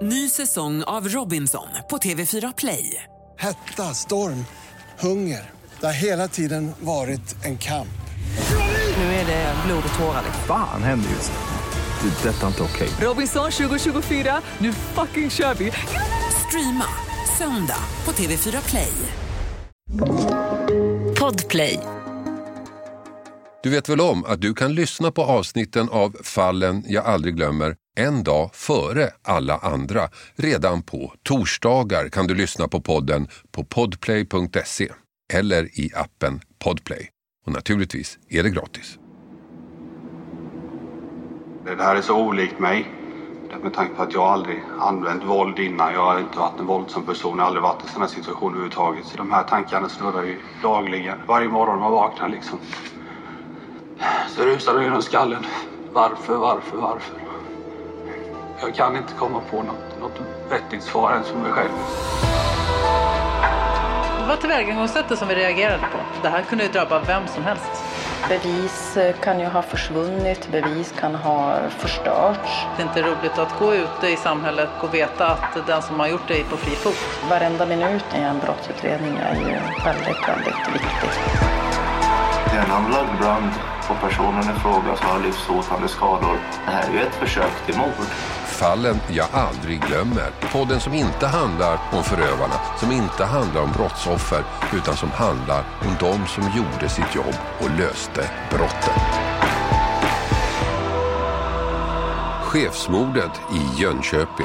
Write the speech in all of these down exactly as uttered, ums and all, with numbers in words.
Ny säsong av Robinson på T V fyra Play. Hetta, storm, hunger. Det har hela tiden varit en kamp. Nu är det blod och tårar. Fan, händer just det. Det är detta inte okej. Robinson tjugo tjugofyra, nu fucking kör vi. Streama söndag på T V fyra Play. Podplay. Du vet väl om att du kan lyssna på avsnitten av Fallen jag aldrig glömmer en dag före alla andra. Redan på torsdagar kan du lyssna på podden på podplay punkt se eller i appen Podplay. Och naturligtvis är det gratis. Det här är så olikt mig. Med tanke på att jag aldrig använt våld innan. Jag har inte varit en våldsam person. Jag har aldrig varit i sådana situationer överhuvudtaget. Så de här tankarna snurrar ju dagligen. Varje morgon man vaknar liksom. Så rusar det genom skallen. Varför, varför, varför? Jag kan inte komma på något, något vettigt svar än som mig själv. Det var tillvägagångssättet som vi reagerade på. Det här kunde ju drabba vem som helst. Bevis kan ju ha försvunnit, bevis kan ha förstörts. Det är inte roligt att gå ute i samhället och veta att den som har gjort det är på fri fot. Varenda minut i en brottsutredning är ju väldigt, väldigt viktig. Det är en anlagd brand och personen i fråga som har livshotande skador. Det här är ju ett försök till mord. Fallen jag aldrig glömmer. Podden som inte handlar om förövarna, som inte handlar om brottsoffer, utan som handlar om de som gjorde sitt jobb och löste brotten. Chefsmordet i Jönköping.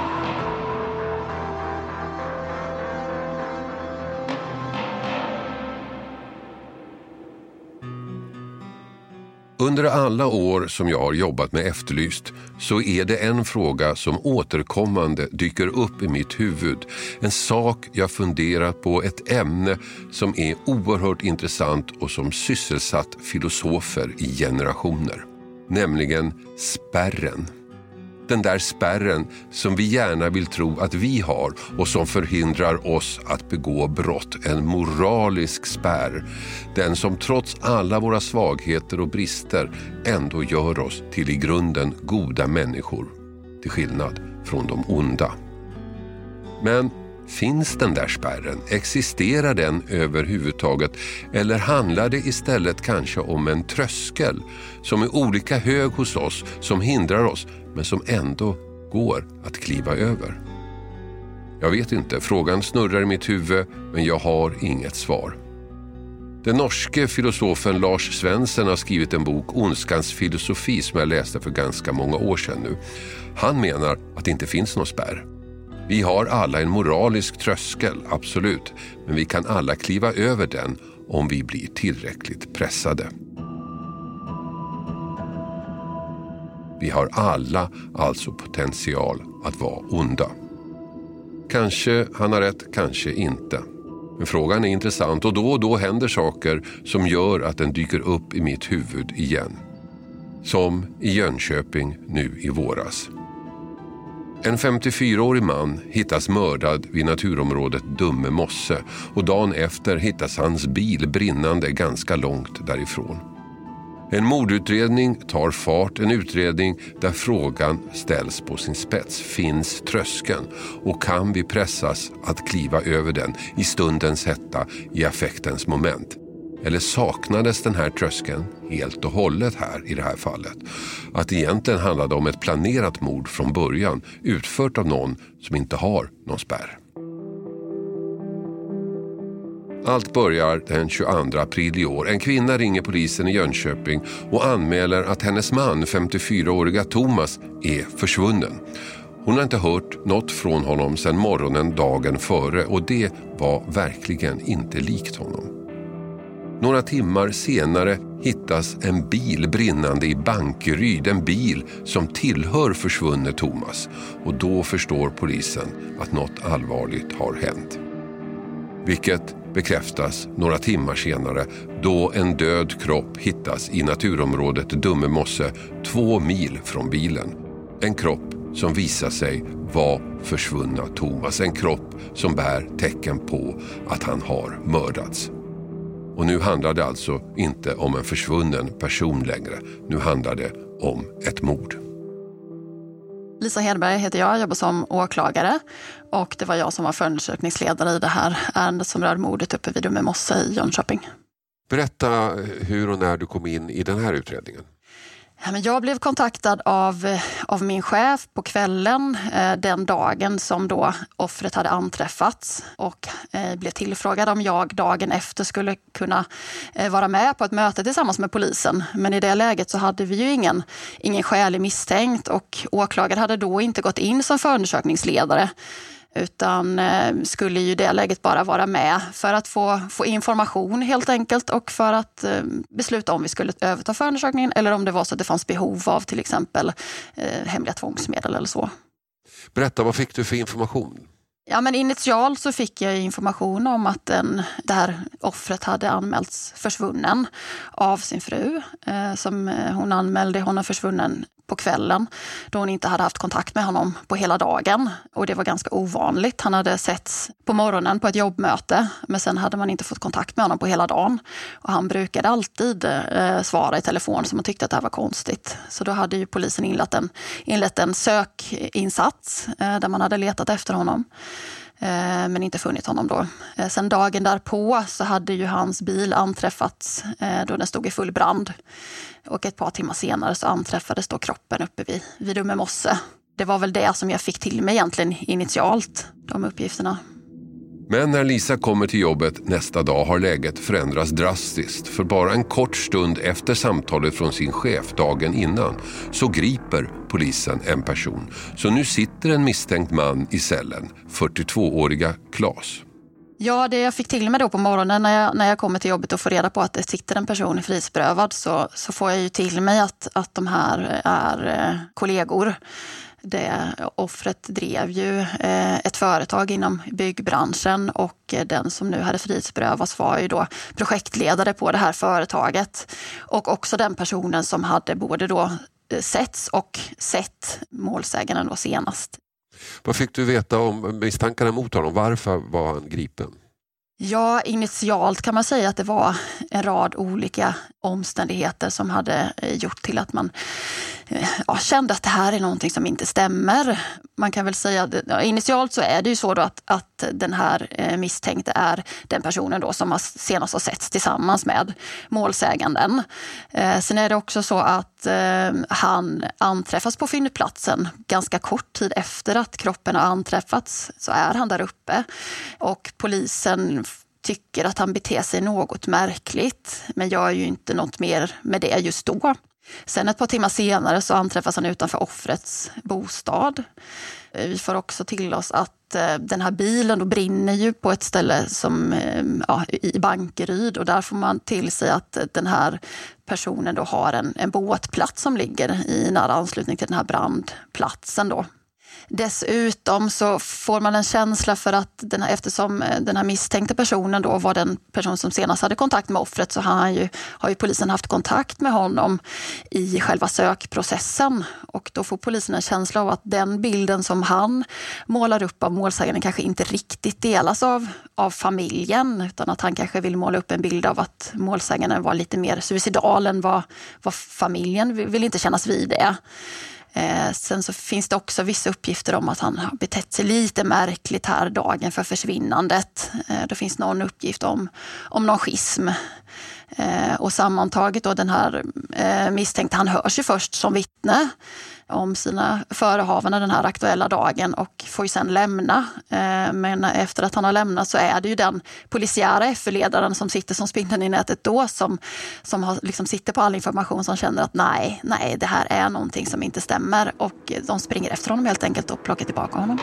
Under alla år som jag har jobbat med Efterlyst så är det en fråga som återkommande dyker upp i mitt huvud. En sak jag funderat på, ett ämne som är oerhört intressant och som sysselsatt filosofer i generationer. Nämligen spärren. Den där spärren som vi gärna vill tro att vi har och som förhindrar oss att begå brott. En moralisk spärr. Den som trots alla våra svagheter och brister ändå gör oss till i grunden goda människor. Till skillnad från de onda. Men finns den där spärren? Existerar den överhuvudtaget? Eller handlar det istället kanske om en tröskel som är olika hög hos oss, som hindrar oss men som ändå går att kliva över? Jag vet inte, frågan snurrar i mitt huvud men jag har inget svar. Den norske filosofen Lars Svensson har skrivit en bok, Ondskans filosofi, som jag läste för ganska många år sedan nu. Han menar att det inte finns någon spärr. Vi har alla en moralisk tröskel, absolut, men vi kan alla kliva över den om vi blir tillräckligt pressade. Vi har alla alltså potential att vara onda. Kanske han har rätt, kanske inte. Men frågan är intressant och då och då händer saker som gör att den dyker upp i mitt huvud igen. Som i Jönköping nu i våras. En femtiofyraårig man hittas mördad vid naturområdet Dumme Mosse och dagen efter hittas hans bil brinnande ganska långt därifrån. En mordutredning tar fart, en utredning där frågan ställs på sin spets. Finns tröskeln och kan vi pressas att kliva över den i stundens hetta, i affektens moment? Eller saknades den här tröskeln helt och hållet här i det här fallet? Att egentligen handlade om ett planerat mord från början, utfört av någon som inte har någon spärr. Allt börjar den tjugoandra april i år. En kvinna ringer polisen i Jönköping och anmäler att hennes man, femtiofyraåriga Thomas, är försvunnen. Hon har inte hört något från honom sedan morgonen dagen före och det var verkligen inte likt honom. Några timmar senare hittas en bil brinnande i Bankeryd, en bil som tillhör försvunne Thomas. Och då förstår polisen att något allvarligt har hänt. Vilket bekräftas några timmar senare då en död kropp hittas i naturområdet Dumme Mosse, två mil från bilen. En kropp som visar sig vara försvunna Thomas. En kropp som bär tecken på att han har mördats. Och nu handlar det alltså inte om en försvunnen person längre. Nu handlar det om ett mord. Lisa Hedberg heter jag, jobbar som åklagare och det var jag som var förundersökningsledare i det här ärendet som rör mordet uppe vid Umeå mosse i Jönköping. Berätta hur och när du kom in i den här utredningen. Jag blev kontaktad av, av min chef på kvällen eh, den dagen som då offret hade anträffats och eh, blev tillfrågad om jag dagen efter skulle kunna eh, vara med på ett möte tillsammans med polisen. Men i det läget så hade vi ju ingen, ingen skälig misstänkt och åklagaren hade då inte gått in som förundersökningsledare. Utan eh, skulle ju i det läget bara vara med för att få, få information helt enkelt och för att eh, besluta om vi skulle överta förundersökningen eller om det var så att det fanns behov av till exempel eh, hemliga tvångsmedel eller så. Berätta, vad fick du för information? Ja, men initialt så fick jag information om att den, det här offret hade anmälts försvunnen av sin fru. Eh, som hon anmälde honom försvunnen på kvällen då hon inte hade haft kontakt med honom på hela dagen. Och det var ganska ovanligt. Han hade setts på morgonen på ett jobbmöte men sen hade man inte fått kontakt med honom på hela dagen. Och han brukade alltid eh, svara i telefon så man tyckte att det här var konstigt. Så då hade ju polisen inlett en, inlett en sökinsats eh, där man hade letat efter honom. Men inte funnit honom då. Sen dagen därpå så hade ju hans bil anträffats då den stod i full brand. Och ett par timmar senare så anträffades då kroppen uppe vid, vid Umeå mosse. Det var väl det som jag fick till mig egentligen initialt, de uppgifterna. Men när Lisa kommer till jobbet nästa dag har läget förändrats drastiskt. För bara en kort stund efter samtalet från sin chef dagen innan så griper polisen en person. Så nu sitter en misstänkt man i cellen, fyrtiotvååriga Claes. Ja, det jag fick till mig då på morgonen när jag, när jag kommer till jobbet och får reda på att det sitter en person frihetsberövad så, så får jag ju till mig att, att de här är kollegor. Det offret drev ju eh, ett företag inom byggbranschen och eh, den som nu hade frihetsberövats var ju då projektledare på det här företaget. Och också den personen som hade både då eh, setts och sett målsägaren då senast. Vad fick du veta om misstankarna mot honom? Varför var han gripen? Ja, initialt kan man säga att det var en rad olika omständigheter som hade gjort till att man ja, kände att det här är någonting som inte stämmer. Man kan väl säga att ja, initialt så är det ju så då att, att den här eh, misstänkte är den personen då som har senast har setts tillsammans med målsäganden. Eh, sen är det också så att eh, han anträffas på fyndplatsen ganska kort tid efter att kroppen har anträffats så är han där uppe och polisen tycker att han beter sig något märkligt men gör ju inte något mer med det just då. Sen ett par timmar senare så anträffas han utanför offrets bostad. Vi får också till oss att den här bilen då brinner ju på ett ställe som, ja, i Bankeryd och där får man till sig att den här personen då har en, en båtplats som ligger i nära anslutning till den här brandplatsen då. Dessutom så får man en känsla för att den här, eftersom den här misstänkta personen då var den person som senast hade kontakt med offret så har, han ju, har ju polisen haft kontakt med honom i själva sökprocessen. Och då får polisen en känsla av att den bilden som han målar upp av målsäganden kanske inte riktigt delas av, av familjen utan att han kanske vill måla upp en bild av att målsäganden var lite mer suicidal än vad, vad familjen vill, vill inte kännas vid det. Eh, sen så finns det också vissa uppgifter om att han har betett sig lite märkligt här dagen för försvinnandet. Eh, det finns någon uppgift om, om någon schism. Eh, och sammantaget då den här eh, misstänkte, han hörs ju först som vittne om sina förehavanden den här aktuella dagen och får ju sedan lämna. Eh, men efter att han har lämnat så är det ju den polisiära F Ö-ledaren som sitter som spindeln i nätet då som, som har, liksom sitter på all information som känner att nej, nej, det här är någonting som inte stämmer och de springer efter honom helt enkelt och plockar tillbaka honom.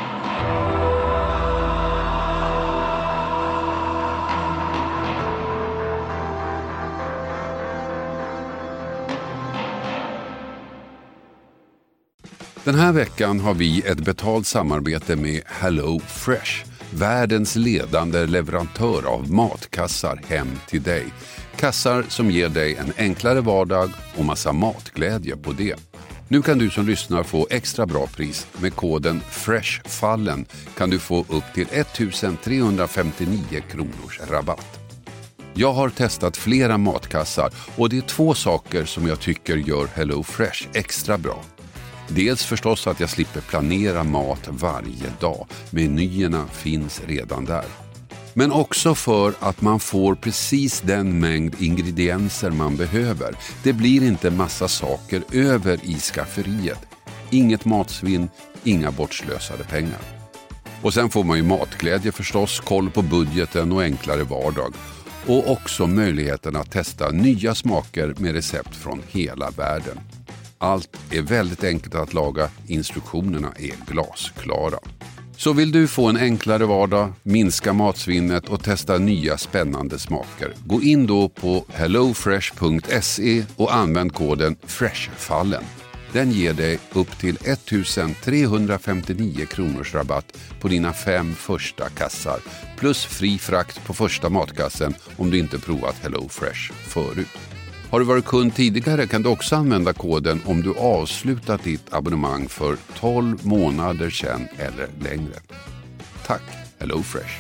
Den här veckan har vi ett betalt samarbete med Hello Fresh, världens ledande leverantör av matkassar hem till dig. Kassar som ger dig en enklare vardag och massa matglädje på det. Nu kan du som lyssnar få extra bra pris med koden FRESHFALLEN kan du få upp till ettusentrehundrafemtionio kronors rabatt. Jag har testat flera matkassar och det är två saker som jag tycker gör Hello Fresh extra bra. Dels förstås att jag slipper planera mat varje dag. Menyerna finns redan där. Men också för att man får precis den mängd ingredienser man behöver. Det blir inte massa saker över i skafferiet. Inget matsvinn, inga bortslösade pengar. Och sen får man ju matglädje förstås, koll på budgeten och enklare vardag. Och också möjligheten att testa nya smaker med recept från hela världen. Allt är väldigt enkelt att laga, instruktionerna är glasklara. Så vill du få en enklare vardag, minska matsvinnet och testa nya spännande smaker. Gå in då på hellofresh punkt se och använd koden FRESHFallen. Den ger dig upp till ettusentrehundrafemtionio kronors rabatt på dina fem första kassar. Plus fri frakt på första matkassen om du inte provat HelloFresh förut. Har du varit kund tidigare kan du också använda koden om du avslutat ditt abonnemang för tolv månader sedan eller längre. Tack HelloFresh.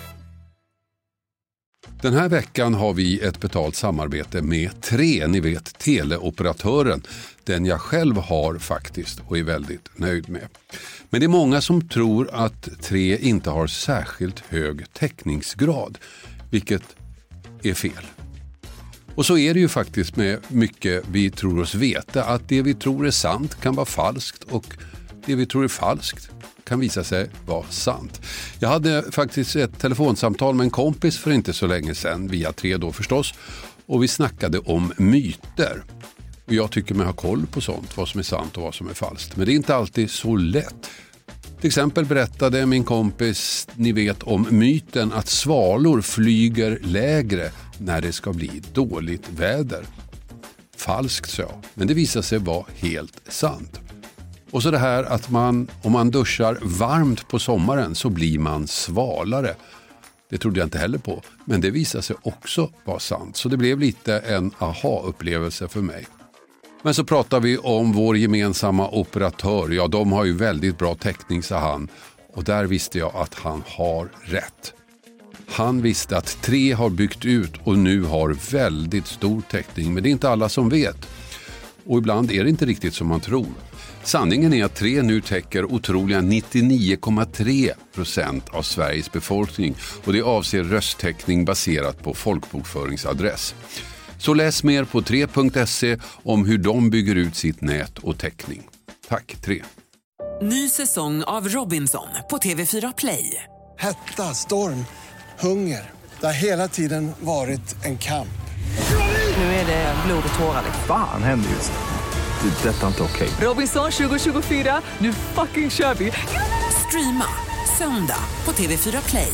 Den här veckan har vi ett betalt samarbete med Tre, ni vet teleoperatören. Den jag själv har faktiskt och är väldigt nöjd med. Men det är många som tror att Tre inte har särskilt hög täckningsgrad, vilket är fel. Och så är det ju faktiskt med mycket vi tror oss veta, att det vi tror är sant kan vara falskt och det vi tror är falskt kan visa sig vara sant. Jag hade faktiskt ett telefonsamtal med en kompis för inte så länge sedan, via Tre då förstås, och vi snackade om myter. Och jag tycker mig ha koll på sånt, vad som är sant och vad som är falskt. Men det är inte alltid så lätt. Till exempel berättade min kompis, ni vet, om myten att svalor flyger lägre när det ska bli dåligt väder. Falskt så, men det visar sig vara helt sant. Och så det här att man, om man duschar varmt på sommaren så blir man svalare. Det trodde jag inte heller på, men det visar sig också vara sant. Så det blev lite en aha-upplevelse för mig. Men så pratar vi om vår gemensamma operatör. Ja, de har ju väldigt bra täckning, sa han. Och där visste jag att han har rätt. Han visste att Tre har byggt ut och nu har väldigt stor täckning. Men det är inte alla som vet. Och ibland är det inte riktigt som man tror. Sanningen är att Tre nu täcker otroliga nittionio komma tre procent av Sveriges befolkning. Och det avser rösttäckning baserat på folkbokföringsadress. Så läs mer på tre punkt se om hur de bygger ut sitt nät och täckning. Tack Tre. Ny säsong av Robinson på T V fyra Play. Hetta, storm, hunger. Det har hela tiden varit en kamp. Nu är det blod och tårar. Fan händer just det. Det är detta inte okej. Robinson tjugo tjugofyra, nu fucking kör vi. Streama söndag på T V fyra Play.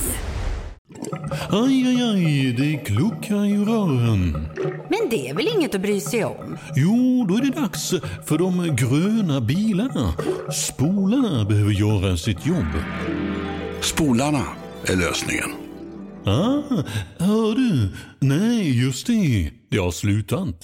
Aj, aj, aj, det kluckar i rören. Men det är väl inget att bry sig om? Jo, då är det dags för de gröna bilarna. Spolarna behöver göra sitt jobb. Spolarna är lösningen. Ah, hör du? Nej, just det. Det har slutat.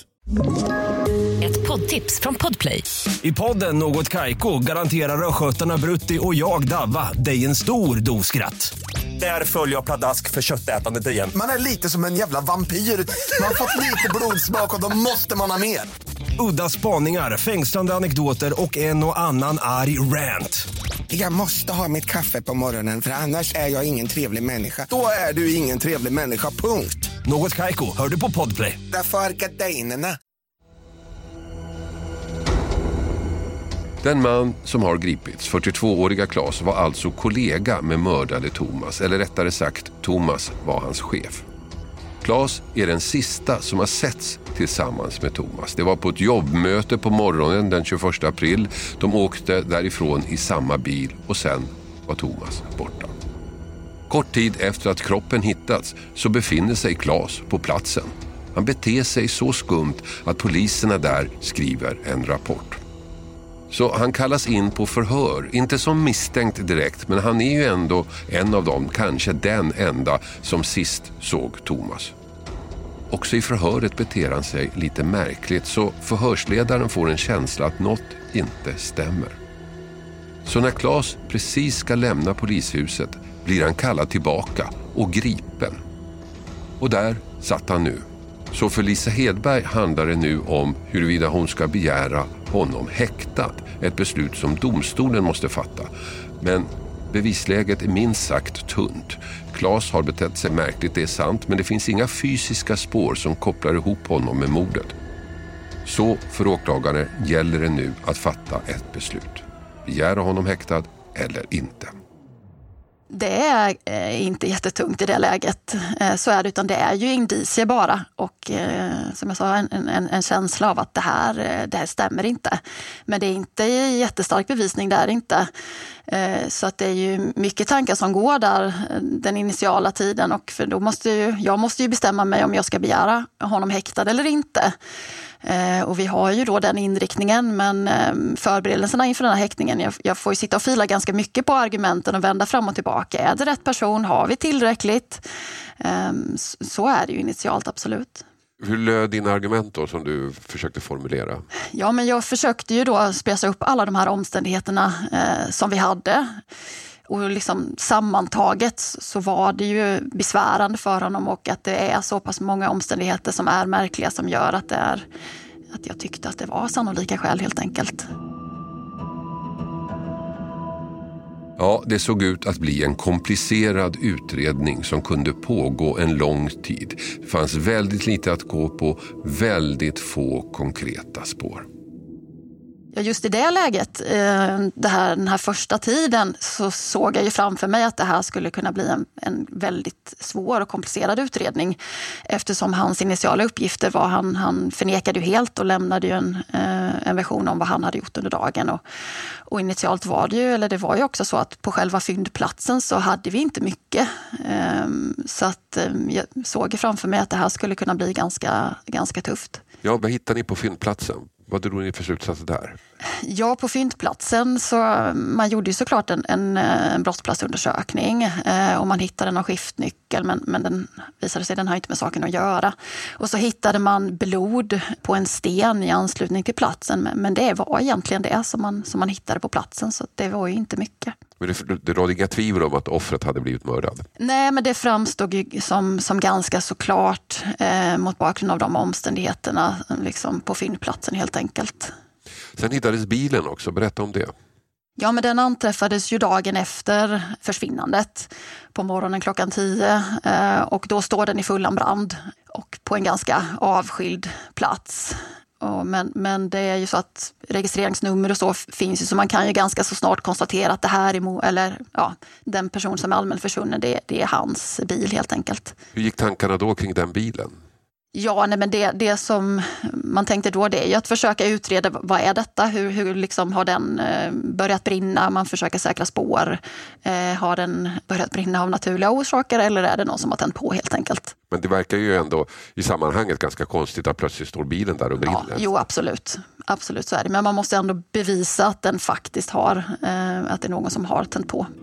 Ett poddtips från Podplay. I podden Något Kaiko garanterar röskötarna Brutti och jag Davva dig en stor doskratt. Där följer jag pladask för köttätandet igen. Man är lite som en jävla vampyr. Man har fått lite blodsmak och då måste man ha mer. Udda spaningar, fängslande anekdoter och en och annan arg rant. Jag måste ha mitt kaffe på morgonen för annars är jag ingen trevlig människa. Då är du ingen trevlig människa, punkt. Något Kaiko, hör du på Podplay. Därför är gardinerna. Den man som har gripits, fyrtiotvååriga Claes, var alltså kollega med mördade Thomas. Eller rättare sagt, Thomas var hans chef. Claes är den sista som har setts tillsammans med Thomas. Det var på ett jobbmöte på morgonen den tjugoförsta april. De åkte därifrån i samma bil och sen var Thomas borta. Kort tid efter att kroppen hittats så befinner sig Claes på platsen. Han beter sig så skumt att poliserna där skriver en rapport. Så han kallas in på förhör, inte som misstänkt direkt, men han är ju ändå en av dem, kanske den enda som sist såg Thomas. Också i förhöret beter han sig lite märkligt, så förhörsledaren får en känsla att något inte stämmer. Så när Claes precis ska lämna polishuset blir han kallad tillbaka och gripen. Och där satt han nu. Så för Lisa Hedberg handlar det nu om huruvida hon ska begära honom häktad. Ett beslut som domstolen måste fatta. Men bevisläget är minst sagt tunt. Claes har betett sig märkligt, det är sant, men det finns inga fysiska spår som kopplar ihop honom med mordet. Så för åklagare gäller det nu att fatta ett beslut. Begära honom häktad eller inte. Det är eh, inte jättetungt i det läget, eh, så är det, utan det är ju indicier bara och eh, som jag sa en, en, en känsla av att det här, det här stämmer inte. Men det är inte jättestark bevisning, det är det inte. Eh, så att det är ju mycket tankar som går där den initiala tiden, och för då måste ju, jag måste ju bestämma mig om jag ska begära honom häktad eller inte. Eh, och vi har ju då den inriktningen, men eh, förberedelserna inför den här häktningen, jag, jag får ju sitta och fila ganska mycket på argumenten och vända fram och tillbaka. Är det rätt person? Har vi tillräckligt? Eh, så, så är det ju initialt, absolut. Hur löd dina argument då som du försökte formulera? Ja, men jag försökte ju då spesa upp alla de här omständigheterna eh, som vi hade. Och liksom sammantaget så var det ju besvärande för honom, och att det är så pass många omständigheter som är märkliga som gör att, det är, att jag tyckte att det var sannolika skäl helt enkelt. Ja, det såg ut att bli en komplicerad utredning som kunde pågå en lång tid. Det fanns väldigt lite att gå på, väldigt få konkreta spår. Ja, just i det läget, det här, den här första tiden, så såg jag ju framför mig att det här skulle kunna bli en, en väldigt svår och komplicerad utredning, eftersom hans initiala uppgifter var, han, han förnekade ju helt och lämnade ju en, en version om vad han hade gjort under dagen. Och, och initialt var det ju, eller det var ju också så att på själva fyndplatsen så hade vi inte mycket. Så att jag såg ju framför mig att det här skulle kunna bli ganska, ganska tufft. Ja, vad hittade ni på fyndplatsen? Vad drog ni för slutsatser där? Ja, på fyndplatsen så man gjorde ju såklart en, en, en brottsplatsundersökning eh, och man hittade en skiftnyckel, men, men den visade sig den har inte med saken att göra. Och så hittade man blod på en sten i anslutning till platsen, men, men det var egentligen det som man, som man hittade på platsen, så det var ju inte mycket. Men det, det rådde inga tvivel om att offret hade blivit mördad? Nej, men det framstod ju som, som ganska såklart eh, mot bakgrund av de omständigheterna liksom på fyndplatsen helt enkelt. Sen hittades bilen också, berätta om det. Ja, men den anträffades ju dagen efter försvinnandet på morgonen klockan tio eh, och då står den i fullan brand och på en ganska avskild plats. Och men, men det är ju så att registreringsnummer och så finns ju, så man kan ju ganska så snart konstatera att det här är mo- eller ja, den person som är allmänt försvunnen, det, det är hans bil helt enkelt. Hur gick tankarna då kring den bilen? Ja, nej, men det, det som man tänkte då, det är ju att försöka utreda vad är detta, hur, hur liksom har den eh, börjat brinna, man försöker säkra spår, eh, har den börjat brinna av naturliga orsaker eller är det någon som har tänt på helt enkelt. Men det verkar ju ändå i sammanhanget ganska konstigt att plötsligt står bilen där och brinner. Ja, jo, absolut. Absolut så är det, men man måste ändå bevisa att den faktiskt har, eh, att det är någon som har tänt på.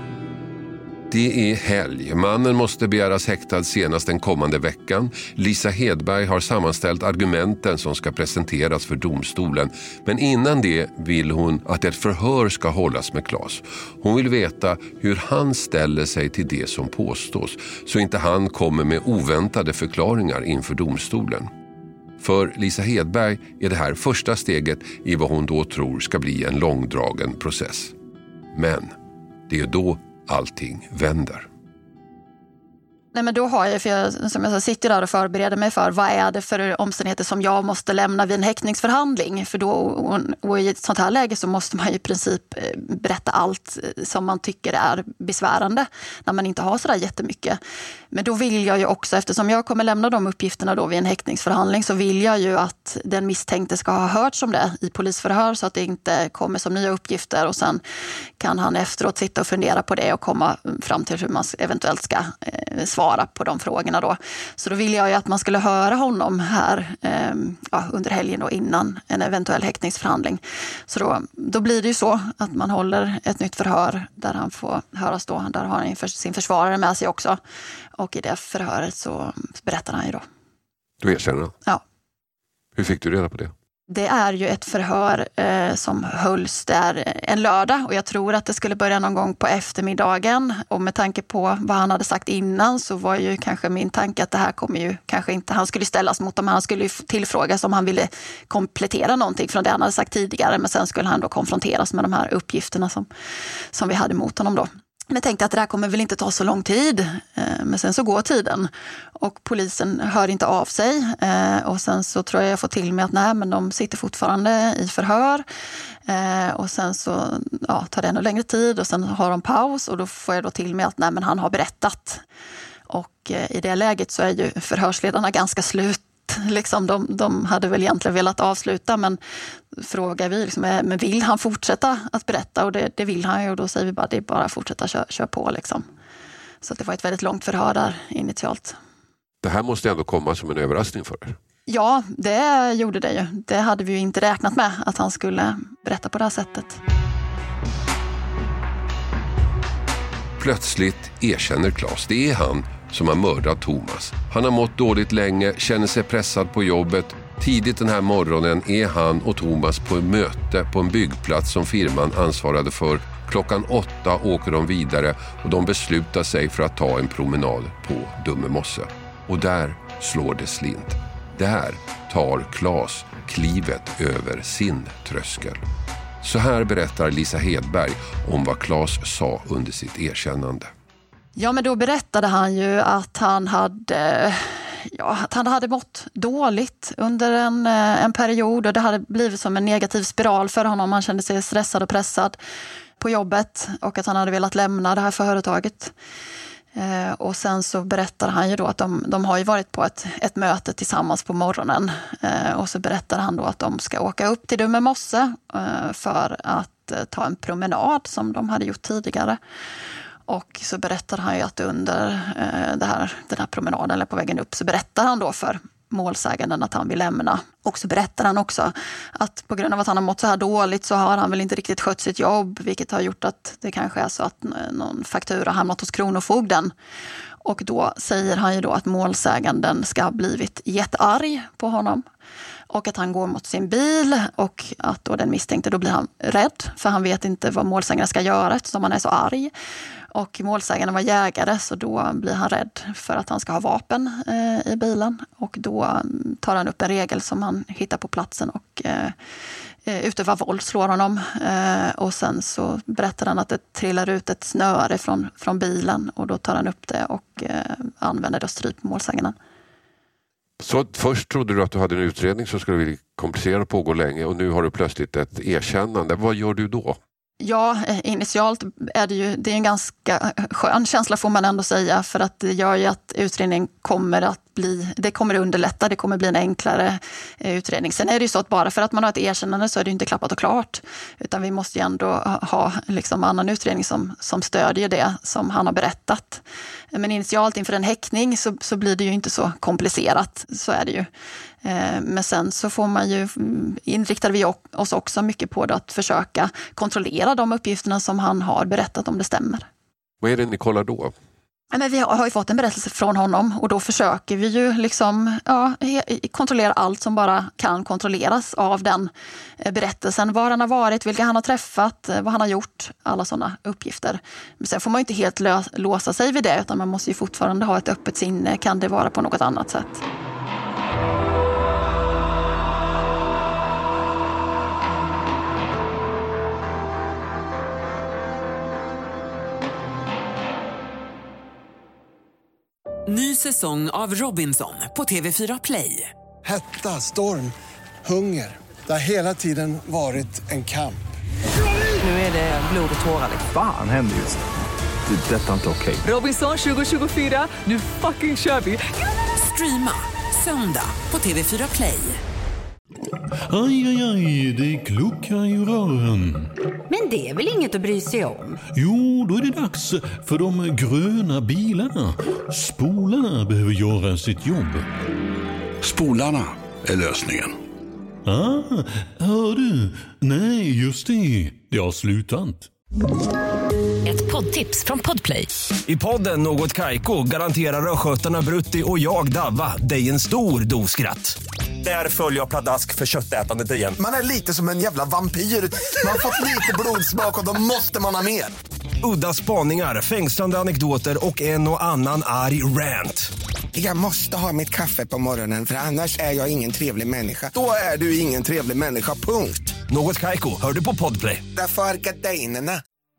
Det är helg. Mannen måste begäras häktad senast den kommande veckan. Lisa Hedberg har sammanställt argumenten som ska presenteras för domstolen. Men innan det vill hon att ett förhör ska hållas med Claes. Hon vill veta hur han ställer sig till det som påstås, så inte han kommer med oväntade förklaringar inför domstolen. För Lisa Hedberg är det här första steget i vad hon då tror ska bli en långdragen process. Men det är då allting vänder. Nej, men då har jag, för jag, som jag sa, sitter där och förbereder mig för vad är det för omständigheter som jag måste lämna vid en häktningsförhandling. För då, och, och i ett sånt här läge så måste man i princip berätta allt som man tycker är besvärande när man inte har sådär jättemycket. Men då vill jag ju också, eftersom jag kommer lämna de uppgifterna då vid en häktningsförhandling, så vill jag ju att den misstänkte ska ha hört om det i polisförhör, så att det inte kommer som nya uppgifter och sen kan han efteråt sitta och fundera på det och komma fram till hur man eventuellt ska eh, svara på de frågorna då. Så då vill jag ju att man skulle höra honom här eh, ja, under helgen då, innan en eventuell häktningsförhandling. Så då, då blir det ju så att man håller ett nytt förhör där han får höras då. Där har han sin försvarare med sig också. Och i det förhöret så berättar han ju då. Du erkänner? Ja. Hur fick du reda på det? Det är ju ett förhör eh, som hölls där en lördag och jag tror att det skulle börja någon gång på eftermiddagen. Och med tanke på vad han hade sagt innan så var ju kanske min tanke att det här kommer ju kanske inte, han skulle ställas mot dem, han skulle ju tillfrågas om han ville komplettera någonting från det han hade sagt tidigare, men sen skulle han då konfronteras med de här uppgifterna som, som vi hade mot honom då. Men jag tänkte att det där kommer väl inte ta så lång tid, men sen så går tiden och polisen hör inte av sig och sen så tror jag jag får till mig att nej, men de sitter fortfarande i förhör och sen så ja, tar det ännu längre tid och sen har de paus och då får jag då till mig att nej, men han har berättat. Och i det läget så är ju förhörsledarna ganska slut. Liksom de, de hade väl egentligen velat avsluta, men frågar vi liksom, men vill han fortsätta att berätta? Och det, det vill han ju, och då säger vi bara det är bara att fortsätta köra kör på liksom. Så det var ett väldigt långt förhör där initialt. Det här måste ändå komma som en överraskning för er. Ja, det gjorde det ju. Det hade vi ju inte räknat med att han skulle berätta på det här sättet. Plötsligt erkänner Claes, det är han som har mördat Thomas. Han har mått dåligt länge, känner sig pressad på jobbet. Tidigt den här morgonen är han och Thomas på ett möte på en byggplats som firman ansvarade för. Klockan åtta åker de vidare och de beslutar sig för att ta en promenad på Dummemosse. Och där slår det slint. Där tar Claes klivet över sin tröskel. Så här berättar Lisa Hedberg om vad Claes sa under sitt erkännande. Ja, men då berättade han ju att han hade, ja, att han hade mått dåligt under en, en period och det hade blivit som en negativ spiral för honom. Han kände sig stressad och pressad på jobbet och att han hade velat lämna det här företaget. Eh, och sen så berättade han ju då att de, de har ju varit på ett, ett möte tillsammans på morgonen eh, och så berättade han då att de ska åka upp till Dummemosse eh, för att eh, ta en promenad som de hade gjort tidigare. Och så berättade han ju att under eh, det här, den här promenaden eller på vägen upp så berättade han då för målsäganden att han vill lämna. Och så berättar han också att på grund av att han har mått så här dåligt så har han väl inte riktigt skött sitt jobb, vilket har gjort att det kanske är så att någon faktura hamnat hos Kronofogden. Och då säger han ju då att målsäganden ska ha blivit jättearg på honom och att han går mot sin bil och att då den misstänkte, då blir han rädd för han vet inte vad målsäganden ska göra eftersom han är så arg. Och målsäganden var jägare så då blir han rädd för att han ska ha vapen eh, i bilen. Och då tar han upp en regel som han hittar på platsen och eh, utövar våld, slår honom. Eh, och sen så berättar han att det trillar ut ett snöre från, från bilen och då tar han upp det och eh, använder det och stryper målsäganden. Så först trodde du att du hade en utredning som skulle bli komplicerad och pågå länge och nu har du plötsligt ett erkännande. Vad gör du då? Ja, initialt är det ju det är en ganska skön känsla får man ändå säga för att det gör ju att utredningen kommer att bli, det kommer underlätta, det kommer bli en enklare utredning. Sen är det ju så att bara för att man har ett erkännande så är det inte klappat och klart utan vi måste ju ändå ha liksom annan utredning som, som stödjer det som han har berättat. Men initialt inför en häktning så, så blir det ju inte så komplicerat, så är det ju. Men sen så får man ju, inriktar vi oss också mycket på det att försöka kontrollera de uppgifterna som han har berättat om det stämmer. Vad är det ni kollar då? Men vi har ju fått en berättelse från honom och då försöker vi ju liksom, ja, kontrollera allt som bara kan kontrolleras av den berättelsen. Var han har varit, vilka han har träffat, vad han har gjort, alla sådana uppgifter. Men sen får man ju inte helt lö- låsa sig vid det utan man måste ju fortfarande ha ett öppet sinne. Kan det vara på något annat sätt? Ny säsong av Robinson på T V fyra Play. Hetta, storm, hunger. Det har hela tiden varit en kamp. Nu är det blod och tårar. Fan händer just det. Det är detta inte okej. Robinson tjugo tjugofyra, nu fucking kör vi. Streama söndag på T V fyra Play. Aj, aj, aj, det kluckar i rören. Men det är väl inget att bry sig om? Jo, då är det dags för de gröna bilarna. Spolarna behöver göra sitt jobb. Spolarna är lösningen. Ah, hör du? Nej, just det. Det har slutat. Ett poddtips från Podplay. I podden Något Kaiko garanterar röskötarna Brutti och jag Davva dig en stor doskratt. Där följer jag pladask för köttätandet igen. Man är lite som en jävla vampyr. Man har fått lite blodsmak och då måste man ha mer. Udda spaningar, fängslande anekdoter och en och annan arg rant. Jag måste ha mitt kaffe på morgonen för annars är jag ingen trevlig människa. Då är du ingen trevlig människa, punkt. Något Kaiko, hör du på Podplay. Därför är gardinerna.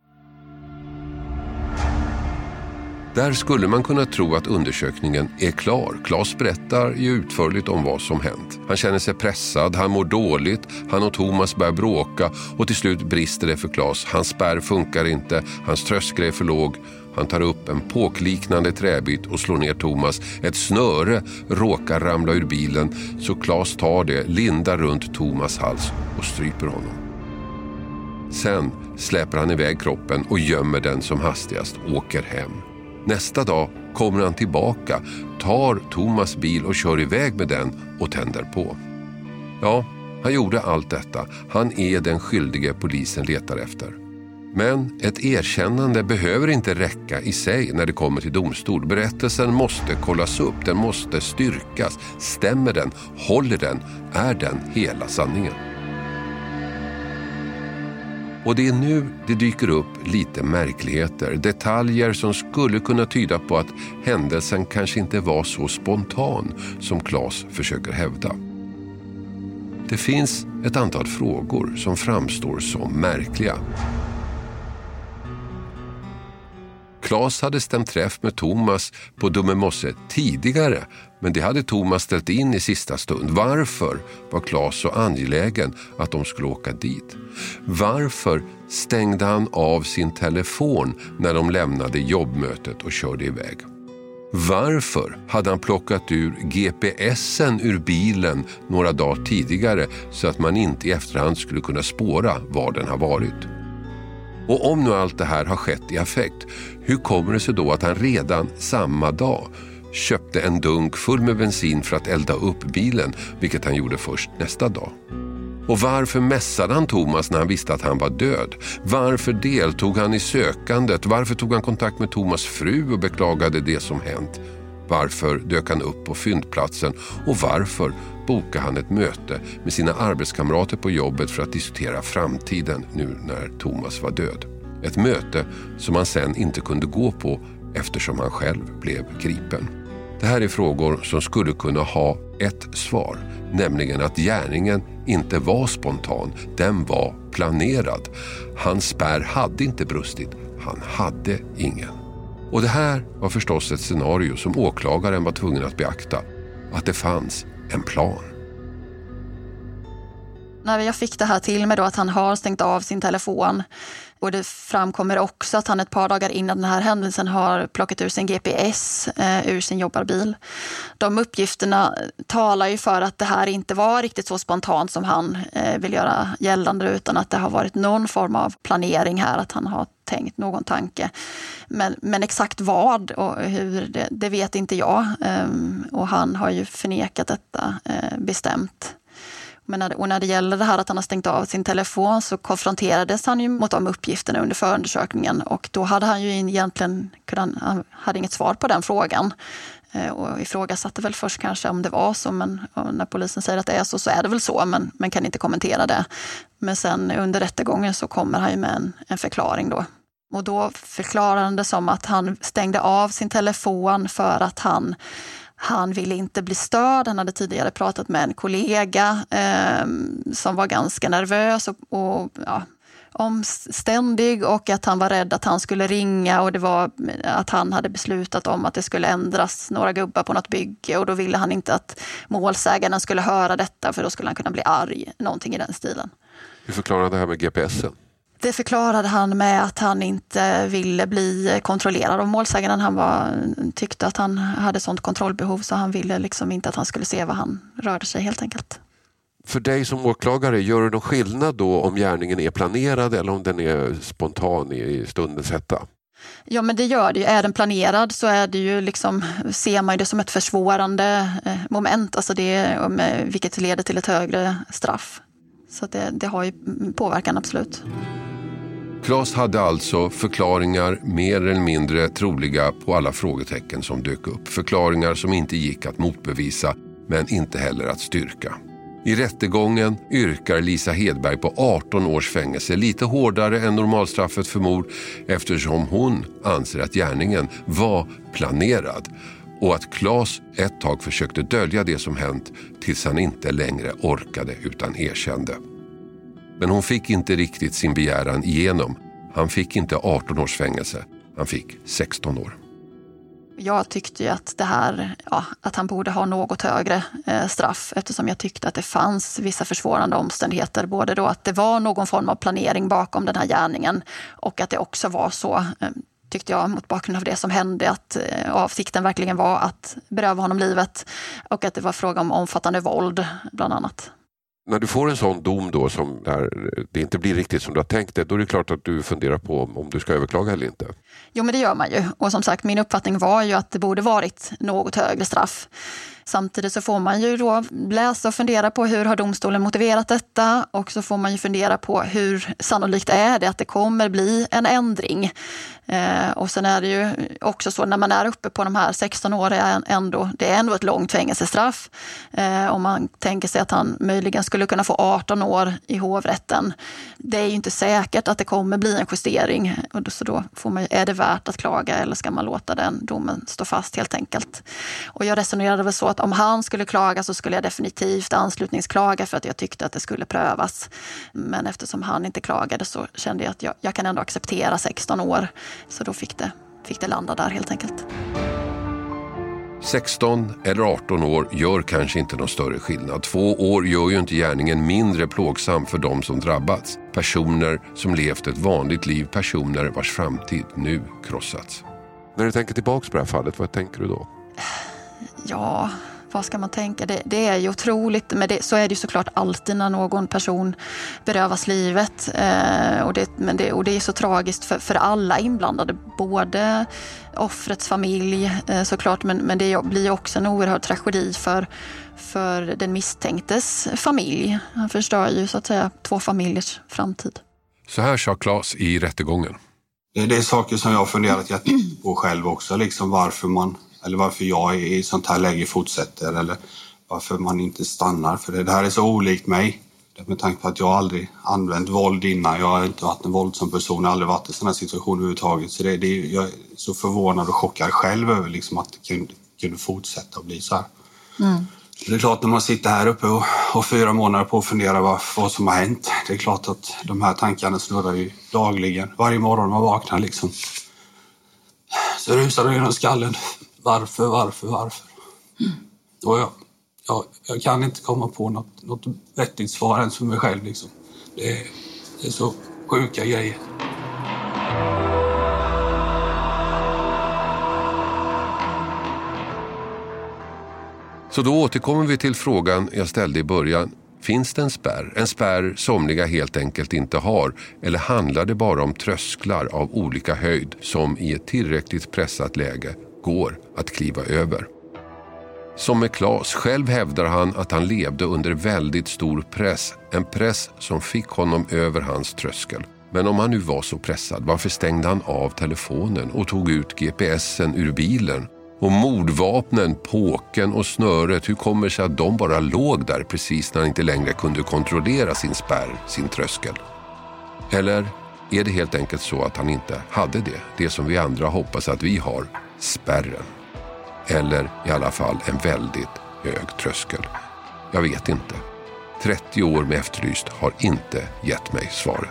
Där skulle man kunna tro att undersökningen är klar. Claes berättar ju utförligt om vad som hänt. Han känner sig pressad, han mår dåligt, han och Thomas börjar bråka och till slut brister det för Claes. Hans spärr funkar inte, hans tröskel är för låg. Han tar upp en påkliknande träbit och slår ner Thomas. Ett snöre råkar ramla ur bilen så Claes tar det, lindar runt Thomas hals och stryper honom. Sen släpper han iväg kroppen och gömmer den som hastigast åker hem. Nästa dag kommer han tillbaka, tar Thomas bil och kör iväg med den och tänder på. Ja, han gjorde allt detta. Han är den skyldige polisen letar efter. Men ett erkännande behöver inte räcka i sig när det kommer till domstol. Berättelsen måste kollas upp, den måste styrkas. Stämmer den? Håller den? Är den hela sanningen? Och det är nu det dyker upp lite märkligheter, detaljer som skulle kunna tyda på att händelsen kanske inte var så spontan som Claes försöker hävda. Det finns ett antal frågor som framstår som märkliga. Claes hade stämt träff med Thomas på Dummemosse tidigare, men det hade Thomas ställt in i sista stund. Varför var Claes så angelägen att de skulle åka dit? Varför stängde han av sin telefon när de lämnade jobbmötet och körde iväg? Varför hade han plockat ur G P S-en ur bilen några dagar tidigare så att man inte i efterhand skulle kunna spåra var den har varit? Och om nu allt det här har skett i affekt, hur kommer det sig då att han redan samma dag köpte en dunk full med bensin för att elda upp bilen, vilket han gjorde först nästa dag? Och varför mässade han Thomas när han visste att han var död? Varför deltog han i sökandet? Varför tog han kontakt med Thomas fru och beklagade det som hänt? Varför dök han upp på fyndplatsen? Och varför bokade han ett möte med sina arbetskamrater på jobbet för att diskutera framtiden nu när Thomas var död? Ett möte som han sen inte kunde gå på eftersom han själv blev gripen. Det här är frågor som skulle kunna ha ett svar, nämligen att gärningen inte var spontan, den var planerad. Hans spärr hade inte brustit, han hade ingen. Och det här var förstås ett scenario som åklagaren var tvungen att beakta, att det fanns en plan. När jag fick det här till mig då att han har stängt av sin telefon och det framkommer också att han ett par dagar innan den här händelsen har plockat ur sin G P S eh, ur sin jobbarbil. De uppgifterna talar ju för att det här inte var riktigt så spontant som han eh, vill göra gällande, utan att det har varit någon form av planering här, att han har tänkt någon tanke. Men, men exakt vad och hur, det, det vet inte jag. Um, och han har ju förnekat detta uh, bestämt. Men när, och när det gäller det här att han har stängt av sin telefon så konfronterades han ju mot de uppgifterna under förundersökningen. Och då hade han ju egentligen han hade inget svar på den frågan. Uh, och ifrågasatte väl först kanske om det var så, men när polisen säger att det är så så är det väl så, men, men kan inte kommentera det. Men sen under rättegången så kommer han ju med en, en förklaring då. Och då förklarar han det som att han stängde av sin telefon för att han, han ville inte bli störd. Han hade tidigare pratat med en kollega eh, som var ganska nervös och, och ja, omständig, och att han var rädd att han skulle ringa, och det var att han hade beslutat om att det skulle ändras några gubbar på något bygge, och då ville han inte att målsägaren skulle höra detta för då skulle han kunna bli arg, någonting i den stilen. Hur förklarar det här med G P S-en? Det förklarade han med att han inte ville bli kontrollerad av målsägaren. Han var, tyckte att han hade sånt kontrollbehov så han ville liksom inte att han skulle se vad han rörde sig helt enkelt. För dig som åklagare, gör det någon skillnad då om gärningen är planerad eller om den är spontan i stundens hetta? Ja, men det gör det ju. Är den planerad så är det ju liksom, ser man det som ett försvårande moment, alltså det, vilket leder till ett högre straff. Så det, det har ju påverkan, absolut. Claes hade alltså förklaringar mer eller mindre troliga på alla frågetecken som dök upp. Förklaringar som inte gick att motbevisa. men inte heller att styrka. I rättegången yrkar Lisa Hedberg på arton års fängelse, lite hårdare än normalstraffet för mord eftersom hon anser att gärningen var planerad och att Claes ett tag försökte dölja det som hänt tills han inte längre orkade utan erkände. Men hon fick inte riktigt sin begäran igenom. Han fick inte arton års fängelse, han fick sexton år. Jag tyckte ju att det här, ja, att han borde ha något högre eh, straff eftersom jag tyckte att det fanns vissa försvårande omständigheter. Både då att det var någon form av planering bakom den här gärningen och att det också var så, eh, tyckte jag mot bakgrund av det som hände, att eh, avsikten verkligen var att beröva honom livet och att det var fråga om omfattande våld bland annat. När du får en sån dom då som där det inte blir riktigt som du har tänkt det, då är det klart att du funderar på om du ska överklaga eller inte. Jo, men det gör man ju. Och som sagt, min uppfattning var ju att det borde varit något högre straff. Samtidigt så får man ju då läsa och fundera på hur har domstolen motiverat detta och så får man ju fundera på hur sannolikt är det att det kommer bli en ändring. Eh, och sen är det ju också så när man är uppe på de här sexton år är ändå, det är ändå ett långt fängelsestraff. Eh, om man tänker sig att han möjligen skulle kunna få arton år i hovrätten. Det är ju inte säkert att det kommer bli en justering och så då får man, är det värt att klaga eller ska man låta den domen stå fast helt enkelt. Och jag resonerade väl så att om han skulle klaga så skulle jag definitivt anslutningsklaga för att jag tyckte att det skulle prövas. Men eftersom han inte klagade så kände jag att jag, jag kan ändå acceptera sexton år. Så då fick det, fick det landa där helt enkelt. sexton eller arton år gör kanske inte någon större skillnad. Två år gör ju inte gärningen mindre plågsam för de som drabbats. Personer som levt ett vanligt liv, personer vars framtid nu krossats. När du tänker tillbaka på det här fallet, vad tänker du då? Ja, vad ska man tänka? Det, det är ju otroligt, men det, så är det ju såklart alltid när någon person berövas livet. Eh, och, det, men det, och det är så tragiskt för, för alla inblandade, både offrets familj eh, såklart, men, men det blir också en oerhörd tragedi för, för den misstänktes familj. Han förstör ju så att säga två familjers framtid. Så här sa Claes i rättegången. Det, det är saker som jag har funderat jättemycket på själv också, liksom varför man eller varför jag i sånt här läge fortsätter eller varför man inte stannar. För det, det här är så olikt mig. Med tanke på att jag aldrig använt våld innan. Jag har inte varit en våldsam person. Jag har aldrig varit i sådana här situationer överhuvudtaget. Så det, det, jag är så förvånad och chockad själv över liksom att det kunde, kunde fortsätta att bli så här. Mm. Det är klart när man sitter här uppe och har fyra månader på att fundera vad, vad som har hänt. Det är klart att de här tankarna snurrar ju dagligen. Varje morgon man vaknar liksom. Så rusar det genom skallen. Varför, varför, varför? Mm. Och jag, jag, jag kan inte komma på något, något vettigt svar ens för mig själv. Liksom. Det, är, det är så sjuka grejer. Så då återkommer vi till frågan jag ställde i början. Finns det en spärr? En spärr somliga helt enkelt inte har. Eller handlar det bara om trösklar av olika höjd som i ett tillräckligt pressat läge går att kliva över? Som med Claes, själv hävdar han att han levde under väldigt stor press. En press som fick honom över hans tröskel. Men om han nu var så pressad, varför stängde han av telefonen och tog ut G P S'en ur bilen? Och mordvapnen, påken och snöret, hur kommer det sig att de bara låg där precis när han inte längre kunde kontrollera sin spärr, sin tröskel? Eller är det helt enkelt så att han inte hade det, det som vi andra hoppas att vi har, spärren? Eller i alla fall en väldigt hög tröskel? Jag vet inte. trettio år med Efterlyst har inte gett mig svaret.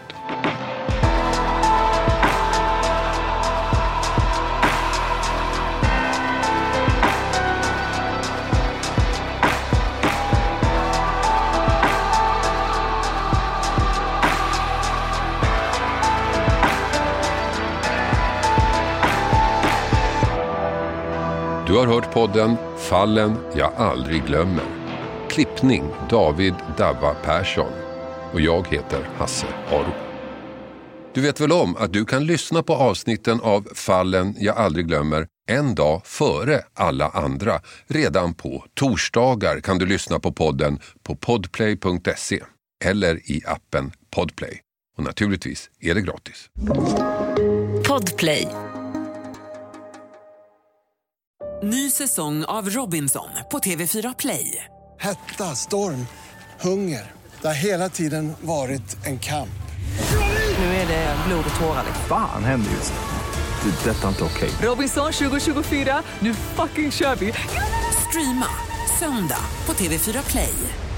Du har hört podden Fallen jag aldrig glömmer. Klippning David Davva Persson. Och jag heter Hasse Aro. Du vet väl om att du kan lyssna på avsnitten av Fallen jag aldrig glömmer en dag före alla andra. Redan på torsdagar kan du lyssna på podden på podplay punkt se eller i appen Podplay. Och naturligtvis är det gratis. Podplay. Ny säsong av Robinson på T V fyra Play. Hetta, storm, hunger. Det har hela tiden varit en kamp. Nu är det blod och tårar. Fan händer just det. Det är detta inte okej. Robinson tjugo tjugofyra, nu fucking kör vi. Streama söndag på T V fyra Play.